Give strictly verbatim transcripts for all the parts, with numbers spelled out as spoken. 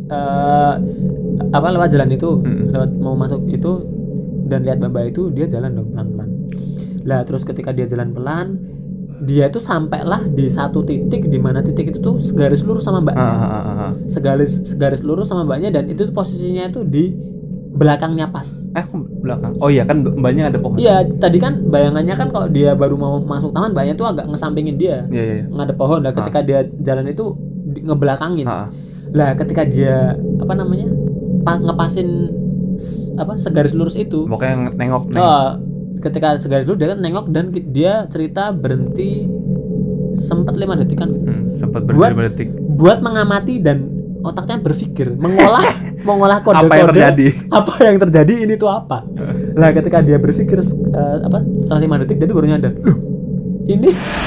uh, apa lewat jalan itu, hmm. lewat mau masuk itu dan lihat Mbak itu, dia jalan dong pelan-pelan. Lah terus ketika dia jalan pelan, dia tuh sampailah di satu titik di mana titik itu tuh segaris lurus sama mbaknya. Ah, ah, ah, ah. Segaris segaris lurus sama mbaknya dan itu tuh posisinya itu di belakangnya pas. Eh, kok belakang? Oh iya kan mbaknya ada pohon. Iya, tadi kan bayangannya kan kalau dia baru mau masuk taman, mbaknya tuh agak ngesampingin dia. Iya, iya. Ngadep pohon. Lah ketika ah. dia jalan itu di, ngebelakangin. Ah, ah. Lah ketika dia apa namanya? Pa, ngepasin apa segaris lurus itu. Pokoknya nengok. nengok. Oh, ketika segaris lurus dia kan nengok dan dia cerita berhenti sempat lima detik kan gitu. Hmm, sempat berhenti lima detik. Buat mengamati dan otaknya berpikir, mengolah mengolah kode-kode apa yang terjadi. Apa yang terjadi ini tuh apa? Lah ketika dia berpikir uh, apa setelah lima detik dia tuh baru nyadar. Loh, ini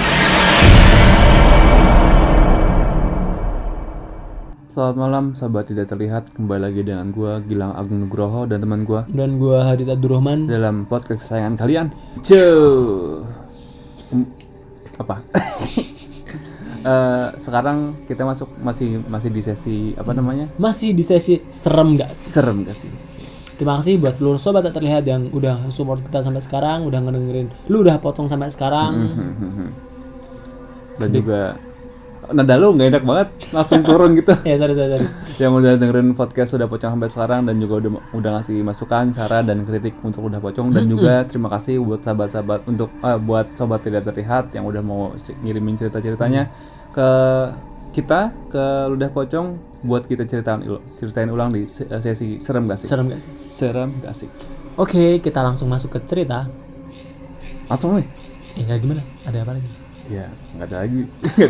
Selamat malam sahabat tidak terlihat, kembali lagi dengan gua Gilang Agung Nugroho dan teman gua dan gua Hadid Abdurrahman dalam podcast kesayangan kalian. Cuy. Apa? uh, sekarang kita masuk masih masih di sesi apa namanya? Masih di sesi serem gak sih? Serem gak sih? Terima kasih buat seluruh sobat tak terlihat yang udah support kita sampai sekarang, udah ngedengerin, lu udah potong sampai sekarang. Dan juga nada lu nggak enak banget, langsung turun gitu. Ya sorry sorry. sorry. Yang udah dengerin podcast Udah Pocong sampai sekarang dan juga udah udah ngasih masukan, saran dan kritik untuk Udah Pocong dan juga terima kasih buat sahabat-sahabat untuk uh, buat sobat tidak terlihat yang udah mau ngirimin cerita-ceritanya ke kita ke Udah Pocong buat kita ceritain ceritain ulang di sesi serem gak sih? Serem gak sih? Serem gak sih? Oke, kita langsung masuk ke cerita. Langsung nih. Ya gimana? Ada apa lagi? Ya, nggak ada lagi.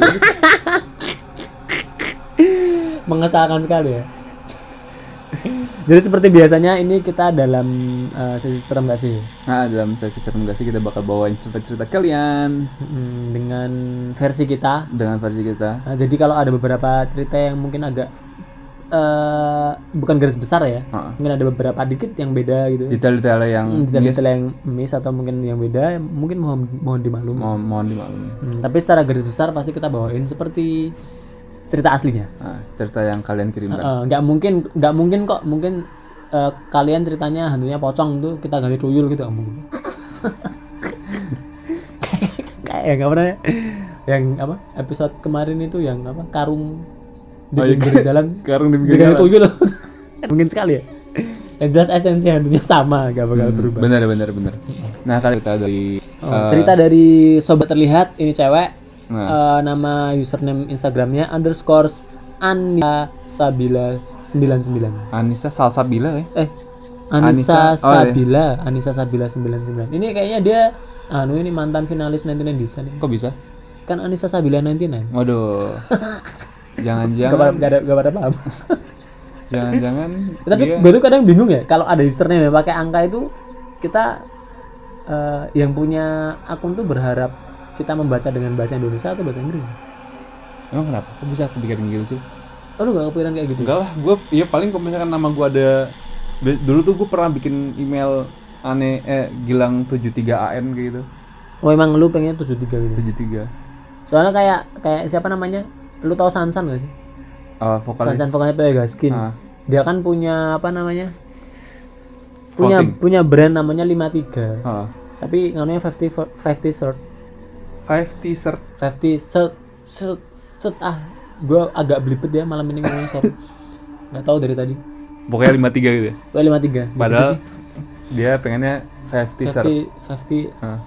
Mengesalkan sekali ya. Jadi seperti biasanya ini kita dalam uh, sesi serem gak sih? Nah, dalam sesi serem gak sih kita bakal bawain cerita-cerita kalian hmm, dengan versi kita. Dengan versi kita. Nah, jadi kalau ada beberapa cerita yang mungkin agak uh, bukan garis besar ya, uh-uh. mungkin ada beberapa dikit yang beda gitu. Detail-detail yang detail-detail yang miss atau mungkin yang beda, mungkin mohon mohon dimaklumi. Mohon, mohon dimaklumi. Hmm, tapi secara garis besar pasti kita bawain seperti cerita aslinya. Nah, cerita yang kalian kirimkan. Uh, nggak mungkin, nggak mungkin kok, mungkin uh, kalian ceritanya hantunya pocong tuh kita ganti tuyul gitu, nggak mungkin. Kayak yang apa namanya? Yang apa? Episode kemarin itu yang apa? Karung di oh, pinggir iya. jalan. Karung di pinggir jalan. Tuyul. Mungkin sekali ya. Yang jelas esensi hantunya sama, gak bakal hmm, berubah. Benar, benar, benar. Nah, kali kita dari oh, uh, cerita dari sobat terlihat ini cewek. Nah. Uh, nama username Instagramnya underscore Anissa Sabila sembilan sembilan. Anissa Salsabila ya? Eh Anissa, Anissa Sabila, oh, iya. Anissa Sabila sembilan sembilan. Ini kayaknya dia anu ini mantan finalis sembilan puluh sembilan Disa nih. Kok bisa? Kan Anissa Sabila sembilan puluh sembilan. Waduh. Jangan-jangan Gak pada, gak ada, gak pada paham. Jangan-jangan tapi dia... gue tuh kadang bingung ya kalau ada username yang pakai angka itu, kita uh, yang punya akun tuh berharap kita membaca dengan bahasa Indonesia atau bahasa Inggris? Emang kenapa? Kok bisa kepikiran gitu sih? Oh, lu gak kepikiran kayak gitu? Enggak lah, gue ya paling kalau misalkan nama gue ada, dulu tuh gue pernah bikin email aneh eh Gilang tujuh tiga A N kayak gitu. Oh emang lu pengen tujuh tiga gitu? tujuh tiga. Soalnya kayak kayak siapa namanya? Lu tahu Sansan gak sih? Uh, vokalis. Sansan vokalisnya Pegaskin. Ah. Dia kan punya apa namanya? Punya Floating. punya brand namanya lima puluh tiga. Ah. Tapi namanya lima puluh lima puluh shirt. lima puluh shirt. lima puluh shirt shirt, shirt ah. Gua agak belibet ya malam ini ngomongin sorry. Enggak tahu dari tadi. Pokoknya lima puluh tiga gitu ya. Oh, lima puluh tiga. Padahal gitu dia pengennya lima puluh shirt. lima puluh ah.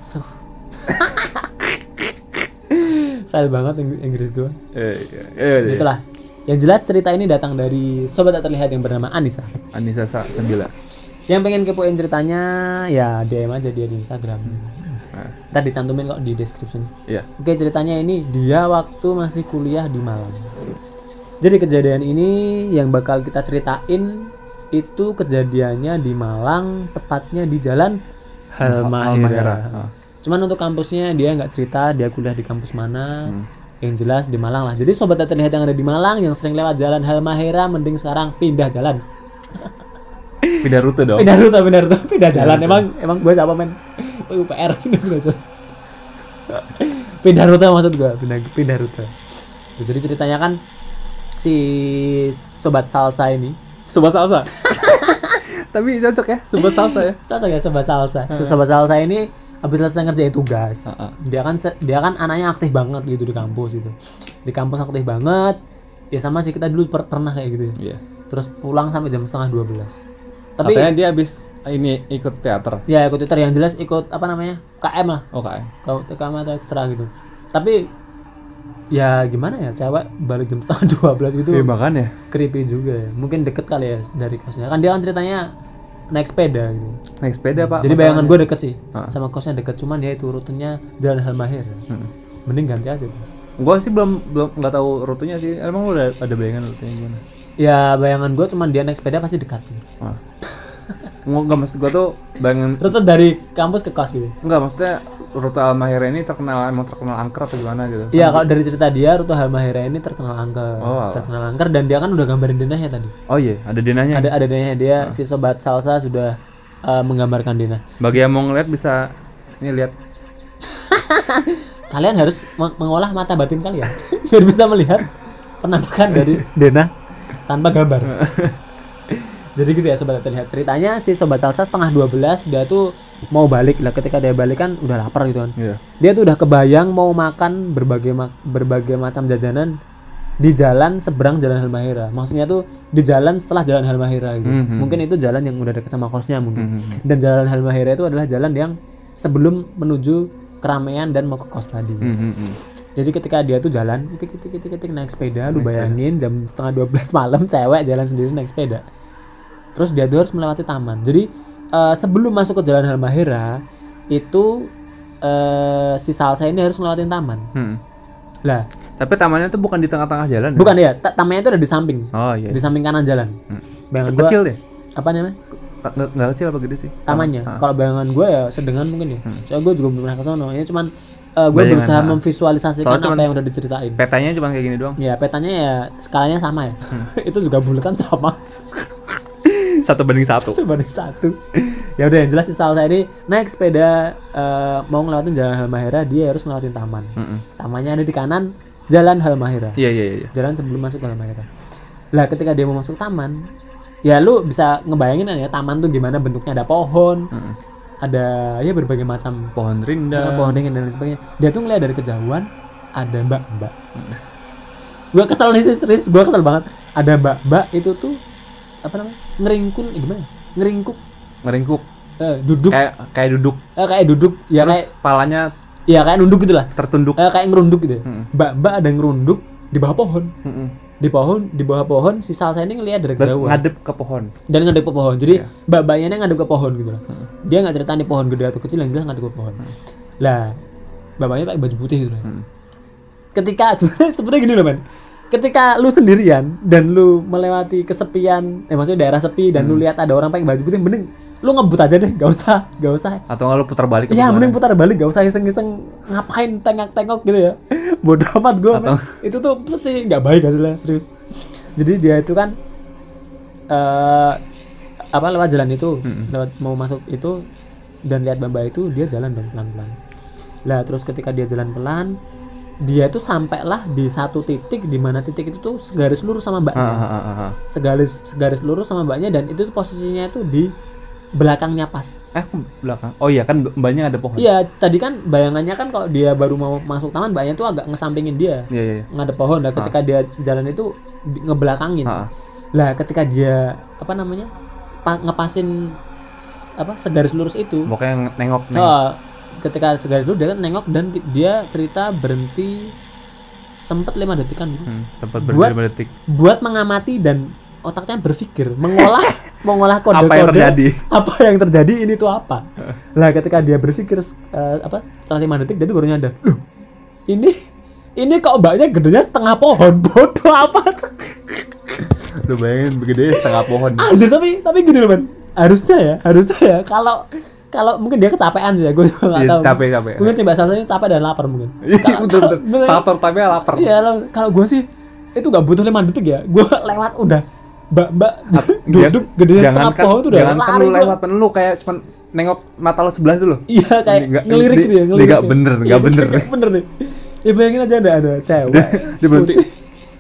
Fail banget Inggris gua. Eh, iya, iya, iya. Itulah. Yang jelas cerita ini datang dari sobat tak terlihat yang bernama Anissa. Anissa Sabila. Yang pengen kepoin ceritanya ya D M aja dia di Instagram. Nah. Ntar dicantumin kok di description. Iya. Oke, ceritanya ini dia waktu masih kuliah di Malang. Jadi kejadian ini yang bakal kita ceritain itu kejadiannya di Malang, tepatnya di Jalan Halmahera. Ah. Cuman untuk kampusnya dia nggak cerita dia kuliah di kampus mana. Hmm. Yang jelas di Malang lah. Jadi sobat tak terlihat yang ada di Malang yang sering lewat Jalan Halmahera mending sekarang pindah jalan. Pindah rute dong. Pindah rute, pindah rute, pindah jalan. Emang emang gue siapa men? P U P R pindah rute. Pindah rute maksud gue, pindah pindah rute. Jadi ceritanya kan si sobat salsa ini. Sobat salsa. Tapi cocok ya, sobat salsa ya. Salsa ya, sobat salsa. Si sobat salsa ini habis selesai ngerjain tugas. Uh-uh. Dia kan dia kan anaknya aktif banget gitu di kampus gitu. Di kampus aktif banget. Ya sama sih kita dulu per- pernah kayak gitu ya. Iya. Yeah. Terus pulang sampai jam setengah dua belas. Tapi katanya dia habis ini ikut teater. Ya, ikut teater yang jelas ikut apa namanya? K M lah. Oh, K M. Kalau K M atau ekstra gitu. Tapi ya gimana ya, cewek balik jam setengah dua belas gitu. Iya, makanya Creepy juga ya. Mungkin deket kali ya dari kosnya. Kan dia kan ceritanya naik sepeda gitu. Naik sepeda, Pak. Jadi bayangan gue deket sih. Ha. Sama kosnya deket, cuman dia itu rutenya Jalan Halmahera. Hmm. Mending ganti aja tuh. Gue sih belum belum nggak tahu rutenya sih. Emang lu ada ada bayangan rutenya gimana? Ya bayangan gue cuman dia naik sepeda pasti dekat gitu. Ah. Nggak, maksud gue tuh bayangan rute dari kampus ke kos gitu. Enggak, maksudnya rute Halmahera ini terkenal emang terkenal angker atau gimana gitu? Iya, kalau dari cerita dia rute Halmahera ini terkenal angker, oh, terkenal angker dan dia kan udah gambarin denahnya tadi. Oh iya, ada denahnya. Ada ada denahnya dia, oh. Si sobat salsa sudah uh, menggambarkan denah. Bagi yang mau ngeliat bisa ini lihat. Kalian harus meng- mengolah mata batin kalian biar bisa melihat penampakan dari denah tanpa gambar. Jadi gitu ya sobat, terlihat ceritanya si sobat salsa setengah dua belas dia tuh mau balik lah. Ketika dia balik kan udah lapar gitu kan. Yeah. Dia tuh udah kebayang mau makan berbagai ma- berbagai macam jajanan di jalan seberang Jalan Halmahera. Maksudnya tuh di jalan setelah Jalan Halmahera gitu. Mm-hmm. Mungkin itu jalan yang udah dekat sama kosnya mungkin. Mm-hmm. Dan Jalan Halmahera itu adalah jalan yang sebelum menuju keramaian dan mau ke kos tadi. Mm-hmm. Jadi ketika dia tuh jalan, itik itik itik itik naik sepeda, lu bayangin jam setengah dua belas malam cewek jalan sendiri naik sepeda. Terus dia tuh harus melewati taman. Jadi uh, sebelum masuk ke Jalan Halmahera itu uh, si salsa ini harus ngelewatin taman. Hmm. Lah, tapi tamannya tuh bukan di tengah-tengah jalan. Bukan ya, T- tamannya itu ada di samping. Oh iya. Di samping kanan jalan. Hmm. Bayangan gua kecil deh. Apa namanya? Nggak, nggak kecil apa gede sih? Tamannya. Ah. Kalau bayangan gue ya sedengan mungkin ya. Hmm. Soalnya gue juga belum pernah ke sono. Ini cuman uh, gue berusaha ah. memvisualisasikan apa yang udah diceritain. Petanya cuma kayak gini doang. Ya, petanya ya skalanya sama ya. Hmm. Itu juga bulatan sama. Satu banding satu. Satu banding satu. Ya udah, yang jelas si salsa ini naik sepeda uh, mau ngelewatin Jalan Halmahera, dia harus ngelewatin taman. Mm-mm. Tamannya ada di kanan Jalan Halmahera. Iya iya iya. Jalan sebelum masuk ke Halmahera. Lah ketika dia mau masuk taman, ya lu bisa ngebayangin ya taman tuh gimana bentuknya, ada pohon. Mm-mm. Ada ya berbagai macam pohon rindang, pohon rindang dan lain sebagainya. Dia tuh ngeliat dari kejauhan ada mbak-mbak. Mm. Gua kesel nih serius, gua kesel banget. Ada mbak-mbak itu tuh apa namanya? Ngeringkul eh, gimana? Ngeringkuk. Ngeringkuk. Eh, duduk. Kayak kayak duduk. Eh, kayak duduk. Ya terus kayak palanya ya kayak nunduk gitulah. Tertunduk. Eh, kayak ngerunduk gitu. Mm-mm. Mbak-mbak ada ngerunduk di bawah pohon. Mm-mm. Di pohon, di bawah pohon si salsa ini ngelihat dari kejauhan. Ngadep ke pohon. Dan ngadep ke pohon. Jadi yeah. mbak-mbaknya ini ngadep ke pohon gitu lah. Mm-mm. Dia enggak ceritain di pohon gede atau kecil, yang jelas ngadep ke pohon. Mm. Lah, mbak-mbaknya pakai baju putih gitu lah. Mm. Ketika sebenarnya sebenarnya gini loh, men. Ketika lu sendirian dan lu melewati kesepian, eh maksudnya daerah sepi dan hmm. lu lihat ada orang pakai baju putih, mending lu ngebut aja deh, gak usah, gak usah. Atau nggak lu putar balik? Iya, mending putar balik, gak usah iseng-iseng ngapain tengok-tengok gitu ya. Bodoh amat gue. Atau... itu tuh pasti nggak baik hasilnya, serius. Jadi dia itu kan uh, apa lewat jalan itu, hmm. lewat mau masuk itu dan lihat mbak itu, dia jalan dong pelan-pelan. Lah terus ketika dia jalan pelan, dia tuh sampailah di satu titik di mana titik itu tuh segaris lurus sama mbaknya. Ah, ah, ah, ah. Segaris segaris lurus sama mbaknya dan itu tuh posisinya itu di belakangnya pas. Eh, belakang. Oh iya kan mbaknya ada pohon. Iya, tadi kan bayangannya kan kalau dia baru mau masuk taman mbaknya tuh agak ngesampingin dia. Iya, iya, iya. Ngadep pohon. Nah, ketika ah. dia jalan itu di, ngebelakangin. Ah. Lah, ketika dia apa namanya? Pa, ngepasin apa? Segaris lurus itu. Pokoknya nengok nengok. Oh, ketika segaris dulu dia kan nengok dan dia cerita berhenti sempat lima detikan gitu. Hmm, sempat berhenti lima detik. Buat mengamati dan otaknya berpikir, mengolah mengolah kode-kode. Apa yang terjadi? Apa yang terjadi ini tuh apa? Lah ketika dia berpikir uh, apa setelah lima detik dia tuh baru nyadar. Loh, ini ini kok mbaknya gedenya setengah pohon. Bodoh apa tuh? Lu bayangin begede setengah pohon. Anjir, tapi tapi gini loh, Man. Harusnya ya, harusnya ya kalau kalau mungkin dia kecapean sih ya, gue juga nggak tahu. Capek capek. Mungkin coba salsanya capek dan lapar mungkin. Betul betul. Faktor tapi lapar. Iya, kalau gue sih itu nggak butuh lima detik ya. Gue lewat udah, mbak mbak duduk gede setengah pohon tuh udah. Jangan kan lu lewat, lu kayak cuman nengok mata lo sebelah dulu. Iya, kayak ngelirik gitu ya, ngelirik. Nggak bener, nggak bener. Bener nih. Ya bayangin aja ada ada cewek. Dia berhenti.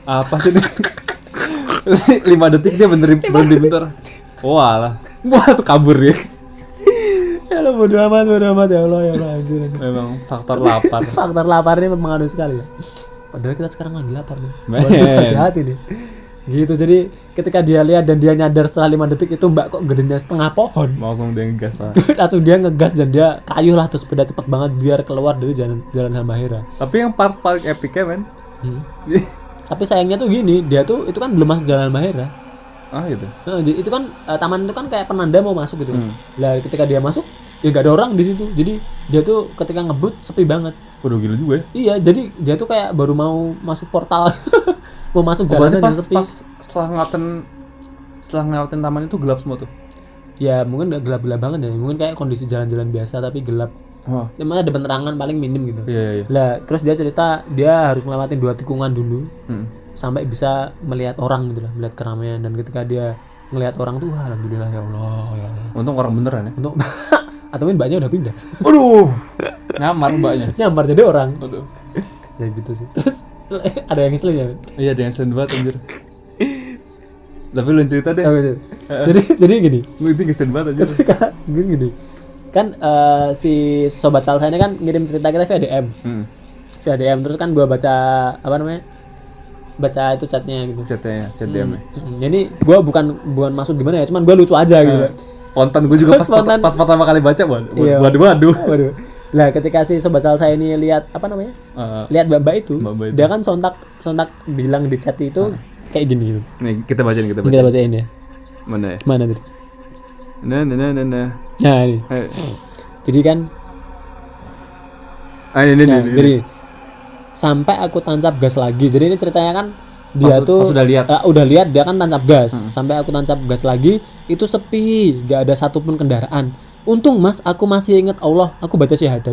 Apa sih ini? lima detik dia berhenti berhenti bentar. Walah. Wah, kabur ya. Ya Allah, bodo amat, bodo amat ya Allah, ya Allah anjir. Memang faktor lapar. Faktor lapar ini mempengaruhi sekali ya. Padahal kita sekarang lagi lapar nih. Men. Hati-hati nih. Gitu, jadi ketika dia lihat dan dia nyadar setelah lima detik itu mbak kok gedenya setengah pohon. Langsung dia ngegas lah. Langsung dia ngegas dan dia kayuh lah tuh sepeda cepet banget biar keluar dari jalan jalan Halmahera. Tapi yang part paling epicnya men. Hmm. Tapi sayangnya tuh gini, dia tuh itu kan belum masuk jalan Halmahera. Ah gitu. Nah, jadi itu kan uh, taman itu kan kayak penanda mau masuk gitu. Hmm. Lah ketika dia masuk, ya gak ada orang di situ. Jadi dia tuh ketika ngebut sepi banget. Waduh gila juga ya. Iya, jadi dia tuh kayak baru mau masuk portal. Mau masuk Oh, jalan pas, sepi. pas setelah ngelewatin setelah ngelewatin taman itu gelap semua tuh. Ya mungkin gak gelap-gelap banget ya. Mungkin kayak kondisi jalan-jalan biasa tapi gelap. Oh. Emang ada penerangan paling minim gitu. Iya iya. Lah terus dia cerita dia harus melewati dua tikungan dulu Hmm. sampai bisa melihat orang gitu lah, melihat keramaian. Dan ketika dia melihat orang tuh, wah, alhamdulillah ya Allah, ya Allah. Untung orang beneran ya. Untuk atau mungkin mbaknya udah pindah. Waduh. Nyamar mbaknya. Nyamar jadi orang. Waduh. Ya gitu sih. Terus ada yang ngeselin ya? Iya, ada yang selain banget anjir. Tapi lu cerita deh. Apa itu? Jadi jadi gini. Lu itu ngeselin banget anjir. Ketika gini, gini. Kan eh, si sobat salsa ini kan ngirim cerita kita via D M. Hmm. Via D M terus kan gua baca apa namanya? Baca itu chatnya gitu. Chatnya ya, chat D M-nya. Hmm, jadi gua bukan bukan maksud gimana ya, cuman gua lucu aja gitu. Uh, spontan gue juga pas, Spontan. pas pertama kali baca waduh. Iya. Waduh waduh. Waduh. Lah ketika si sobat salsa ini lihat apa namanya? Uh, Lihat mbak-mbak itu, Mbak-mbak itu. dia kan sontak sontak bilang di chat itu kayak gini gitu. nih kita bacain kita Ini bacain. kita bacain ya. Mana ya? Mana tadi? Nah nah nah nah. nah. Nah, ini. Eh. Jadi kan Ah ini nah, ini. jadi sampai aku tancap gas lagi. Jadi ini ceritanya kan dia Pas- tuh pas udah lihat. eh, udah lihat dia kan tancap gas. Sampai aku tancap gas lagi itu sepi, gak ada satupun kendaraan. Untung Mas, aku masih inget Allah, aku baca syahadat.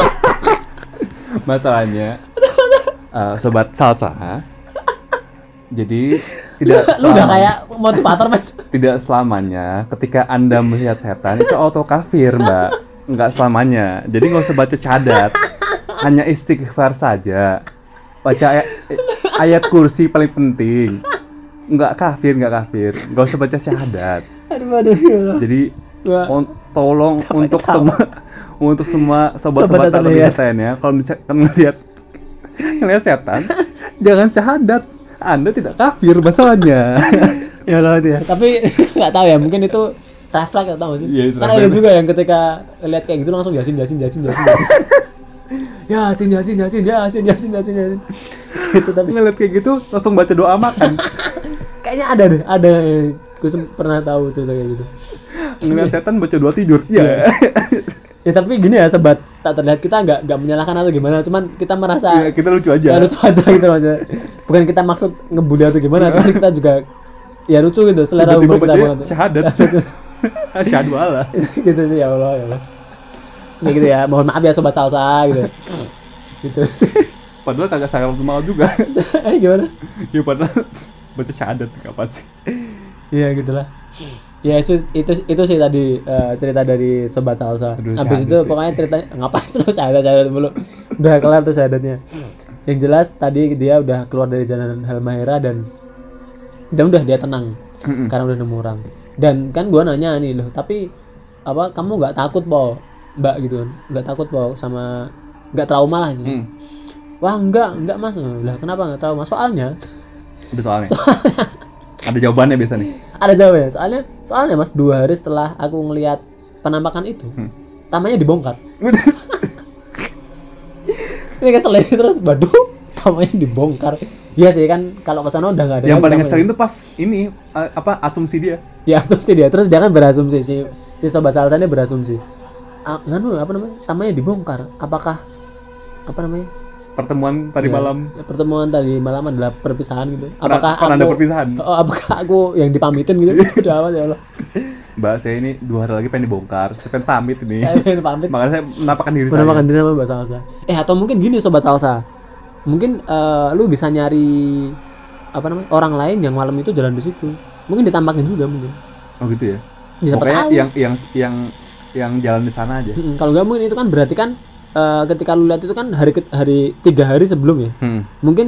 Masalahnya eh, sobat salsa. Jadi tidak Lu udah selama- kayak motivator men. tidak selamanya ketika Anda melihat setan itu auto kafir, Mbak. Enggak selamanya. Jadi nggak usah baca syahadat. Hanya istighfar saja. Baca ayat, ayat kursi paling penting. Enggak kafir, enggak kafir. Enggak usah baca syahadat. Aduh aduh. ya Allah. Jadi Gua on- tolong sampai untuk ketawa. semua untuk semua Sobat sobat-sobat tak atau terlihat. ya, kalau bisa- kalau ngelihat ngelihat setan, jangan syahadat. Anda tidak kafir masalahnya. ya Allah itu ya. Tapi nggak tahu ya, mungkin itu refleks atau nggak sih? Iya, itu Karena ada refleks. juga yang ketika lihat kayak gitu langsung yasin yasin yasin yasin. yasin. Yasin yasin yasin yasin yasin yasin yasin. Gitu tapi Ngelihat kayak gitu langsung baca doa makan. kayaknya ada deh, ada. Gue pernah tahu cerita kayak gitu. Ngelihat setan baca doa tidur. Iya. Iya. Ya tapi gini ya sobat, tak terlihat kita nggak nggak menyalahkan atau gimana, cuman kita merasa Ya, kita lucu aja. ya lucu aja gitu aja. Bukan kita maksud ngebully atau gimana, cuman kita juga ya lucu gitu, selera Tiba-tiba humor kita baca banget. syahadat. Asyhadu Allah. Gitu sih, ya Allah ya Allah. Ya gitu ya, mohon maaf ya sobat salsa gitu. Gitu. Padahal kagak sakaratul maut juga. Eh gimana? Ya padahal baca syahadat kapan sih? Iya gitulah. Ya itu itu itu sih tadi eh, cerita dari sobat salsa. Aduh, Habis itu syahadat ya. pokoknya ceritanya ngapain terus syahadat syahadat dulu. Udah kelar tuh syahadatnya. Yang jelas tadi dia udah keluar dari jalan Halmahera dan dan udah dia tenang karena udah nemu orang. Dan kan gua nanya nih loh, tapi apa kamu nggak takut po Mbak gitu kan? Nggak takut po sama nggak trauma lah sih. Hmm. Wah enggak enggak mas. Lah kenapa nggak trauma? Soalnya Ada soalnya. Ada jawabannya biasa nih. ada jawabannya. Soalnya soalnya mas dua hari setelah aku ngelihat penampakan itu, Hmm. tamannya dibongkar. Ini keselin terus, waduh, tamannya dibongkar. Iya sih kan kalau kesana udah nggak ada. Yang lagi paling namanya. ngeselin tuh pas ini eh, apa asumsi dia. Dia asumsi dia terus dia kan berasumsi si si sobat salsa ini berasumsi. Ah, nganu apa namanya? Tamannya dibongkar. Apakah apa namanya? Pertemuan tadi Ya, malam. pertemuan tadi malam adalah perpisahan gitu. Pernah- Apakah pernah ada aku- perpisahan? Oh, apakah aku yang dipamitin gitu? Udah amat ya Allah. Mbak saya ini dua hari lagi pengen dibongkar. Saya pengen pamit ini. Saya pengen pamit. Makanya saya menampakkan diri Pernah saya. makan diri sama Mbak Salsa. Eh atau mungkin gini sobat salsa. Mungkin eh, lu bisa nyari apa namanya? Orang lain yang malam itu jalan di situ. Mungkin ditampakin juga mungkin. Oh gitu ya. Ya, siapa Pokoknya tahu. yang yang yang yang jalan di sana aja. Mm-mm. Kalau nggak mungkin itu kan berarti kan eh, ketika lu lihat itu kan hari ke- hari tiga hari sebelum ya. Hmm. Mungkin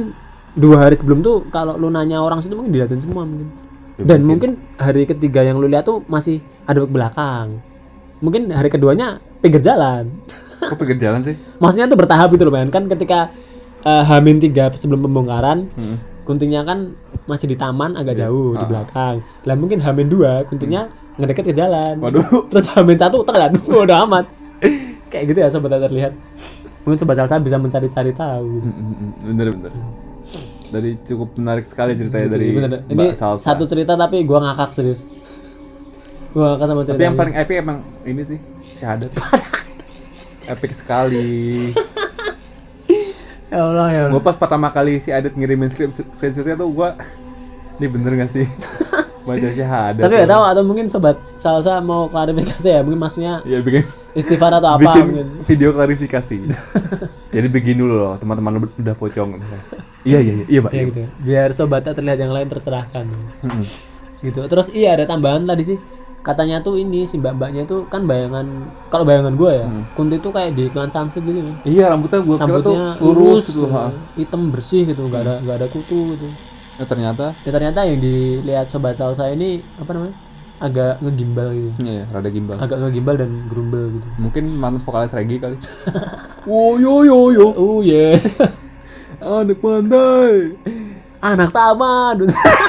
dua hari sebelum tuh kalau lu nanya orang situ mungkin dilihatin semua mungkin. Ya, Dan mungkin. mungkin hari ketiga yang lu lihat tuh masih ada ke belakang. Mungkin hari keduanya pinggir jalan. Kok pinggir jalan sih? Maksudnya tuh bertahap itu loh, men. Kan ketika uh, H minus tiga sebelum pembongkaran, Hmm. kuntinya kan masih di taman agak Iya. jauh di Ah. belakang. Lah mungkin H minus dua kuntinya ngedeket ke jalan. Waduh. Terus H minus satu tekan. Udah amat. Kayak gitu ya sobat tak terlihat. Mungkin sobat salsa bisa mencari-cari tahu. Bener-bener. Dari cukup menarik sekali ceritanya Gitu, dari bener. Mbak Ini Salsa. satu cerita tapi gua ngakak serius. Gua ngakak sama cerita. Tapi yang paling epic emang ini sih, syahadat. Epic sekali. Ya Allah ya. Gue pas pertama kali si Adit ngirimin skrip screenshotnya tuh gue, ini bener gak sih? Baca syahadat. Tapi gak tahu atau mungkin sobat salsa mau klarifikasi ya, mungkin maksudnya Ya bikin istighfar atau apa bikin mungkin. video klarifikasi. Jadi begini dulu loh, teman-teman lu udah pocong. Iya iya iya, iya Pak. Ya gitu. Biar sobat tak terlihat yang lain tercerahkan. Mm-mm. Gitu. Terus iya ada tambahan tadi sih. Katanya tuh ini si mbak-mbaknya tuh kan bayangan, kalau bayangan gue ya, Hmm. Kunti tuh kayak di iklan Sunsilk gitu kan. Iya rambutnya gue kira tuh Rambutnya lurus lurus, gitu. ya, Ha. hitam bersih gitu, nggak ada nggak ada kutu gitu. Ya, ternyata, Ya ternyata yang dilihat sobat salsa ini apa namanya? Agak ngegimbal gitu. iya ya, rada gimbal. Agak ngegimbal dan gerumbel gitu. Mungkin mantan vokalis reggae kali. Oh yo yo yo, Oh yeah. anak pandai. Anak taman.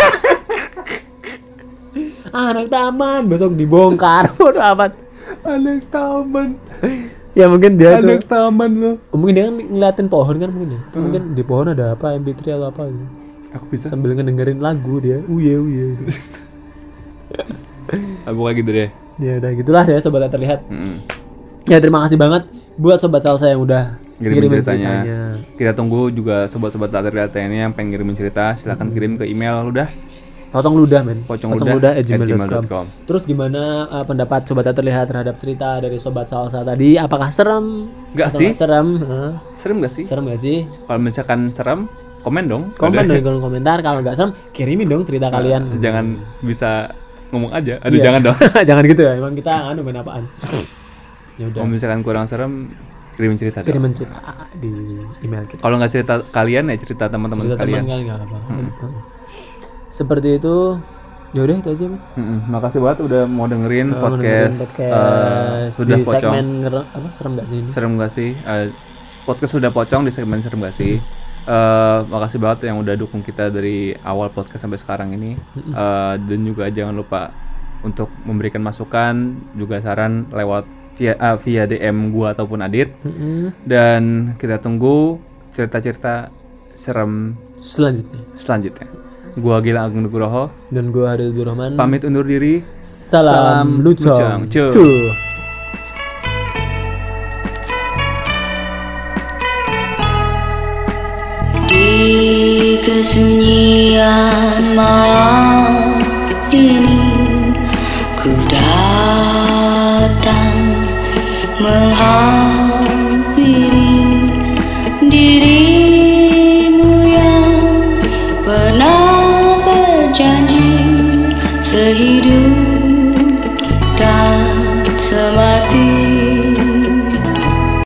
Anak taman besok dibongkar. Bodoh amat. Anak taman. Ya mungkin dia tuh. Anak taman lo. Oh, mungkin dia kan ngeliatin pohon kan mungkin ya. Mungkin di pohon ada apa M P tiga atau apa gitu. Aku bisa. Sambil ngedengerin lagu dia. Uye uye. Gitu. Aku kayak gitu deh. Ya udah gitulah ya sobat tak terlihat. Mm-mm. Ya terima kasih banget buat sobat salsa yang udah Ngirimin ngirimin ceritanya. ceritanya. Kita tunggu juga sobat-sobat tak terlihat lainnya yang pengen ngirimin cerita, silahkan kirim ke email udah Pocong ludah men. pocongludah at gmail dot com. dot com. Terus gimana uh, pendapat sobat tak terlihat terhadap cerita dari sobat salsa tadi? Apakah serem? Nggak Atau sih. nggak serem? Hah? Serem gak sih? Serem gak sih? Kalau misalkan serem, komen dong. Komen Ada. dong di kolom komentar. Kalau nggak serem, kirimin dong cerita kalian. Jangan bisa ngomong aja. Aduh Iya. jangan dong. Jangan gitu ya. Emang kita anu main apaan? Ya udah. Kalau misalkan kurang serem, kirimin cerita dong. Kirimin cerita di email kita. Kalau nggak cerita kalian ya cerita teman-teman Cerita kalian. teman kalian nggak apa. Seperti itu. Ya udah itu aja men. Mm-mm. Makasih banget udah mau dengerin Oh, podcast, dengerin podcast eh, sudah di pocong. segmen nger- apa serem gak sih ini? Serem gak sih? Eh, podcast sudah pocong di segmen serem gak sih? Eh, makasih banget yang udah dukung kita dari awal podcast sampai sekarang ini. Eh, dan juga jangan lupa untuk memberikan masukan juga saran lewat via ah, via D M gua ataupun Adit. Mm-mm. Dan kita tunggu cerita-cerita serem Selanjutnya. selanjutnya. Gua Gilang Agung Nugroho Dan gue Haris Rahman. pamit undur diri. Salam, Salam lucong. lucong. Cuh. Cuh. Di kesunyian malam ini ku datang menghampiri dirimu yang pernah berjanji sehidup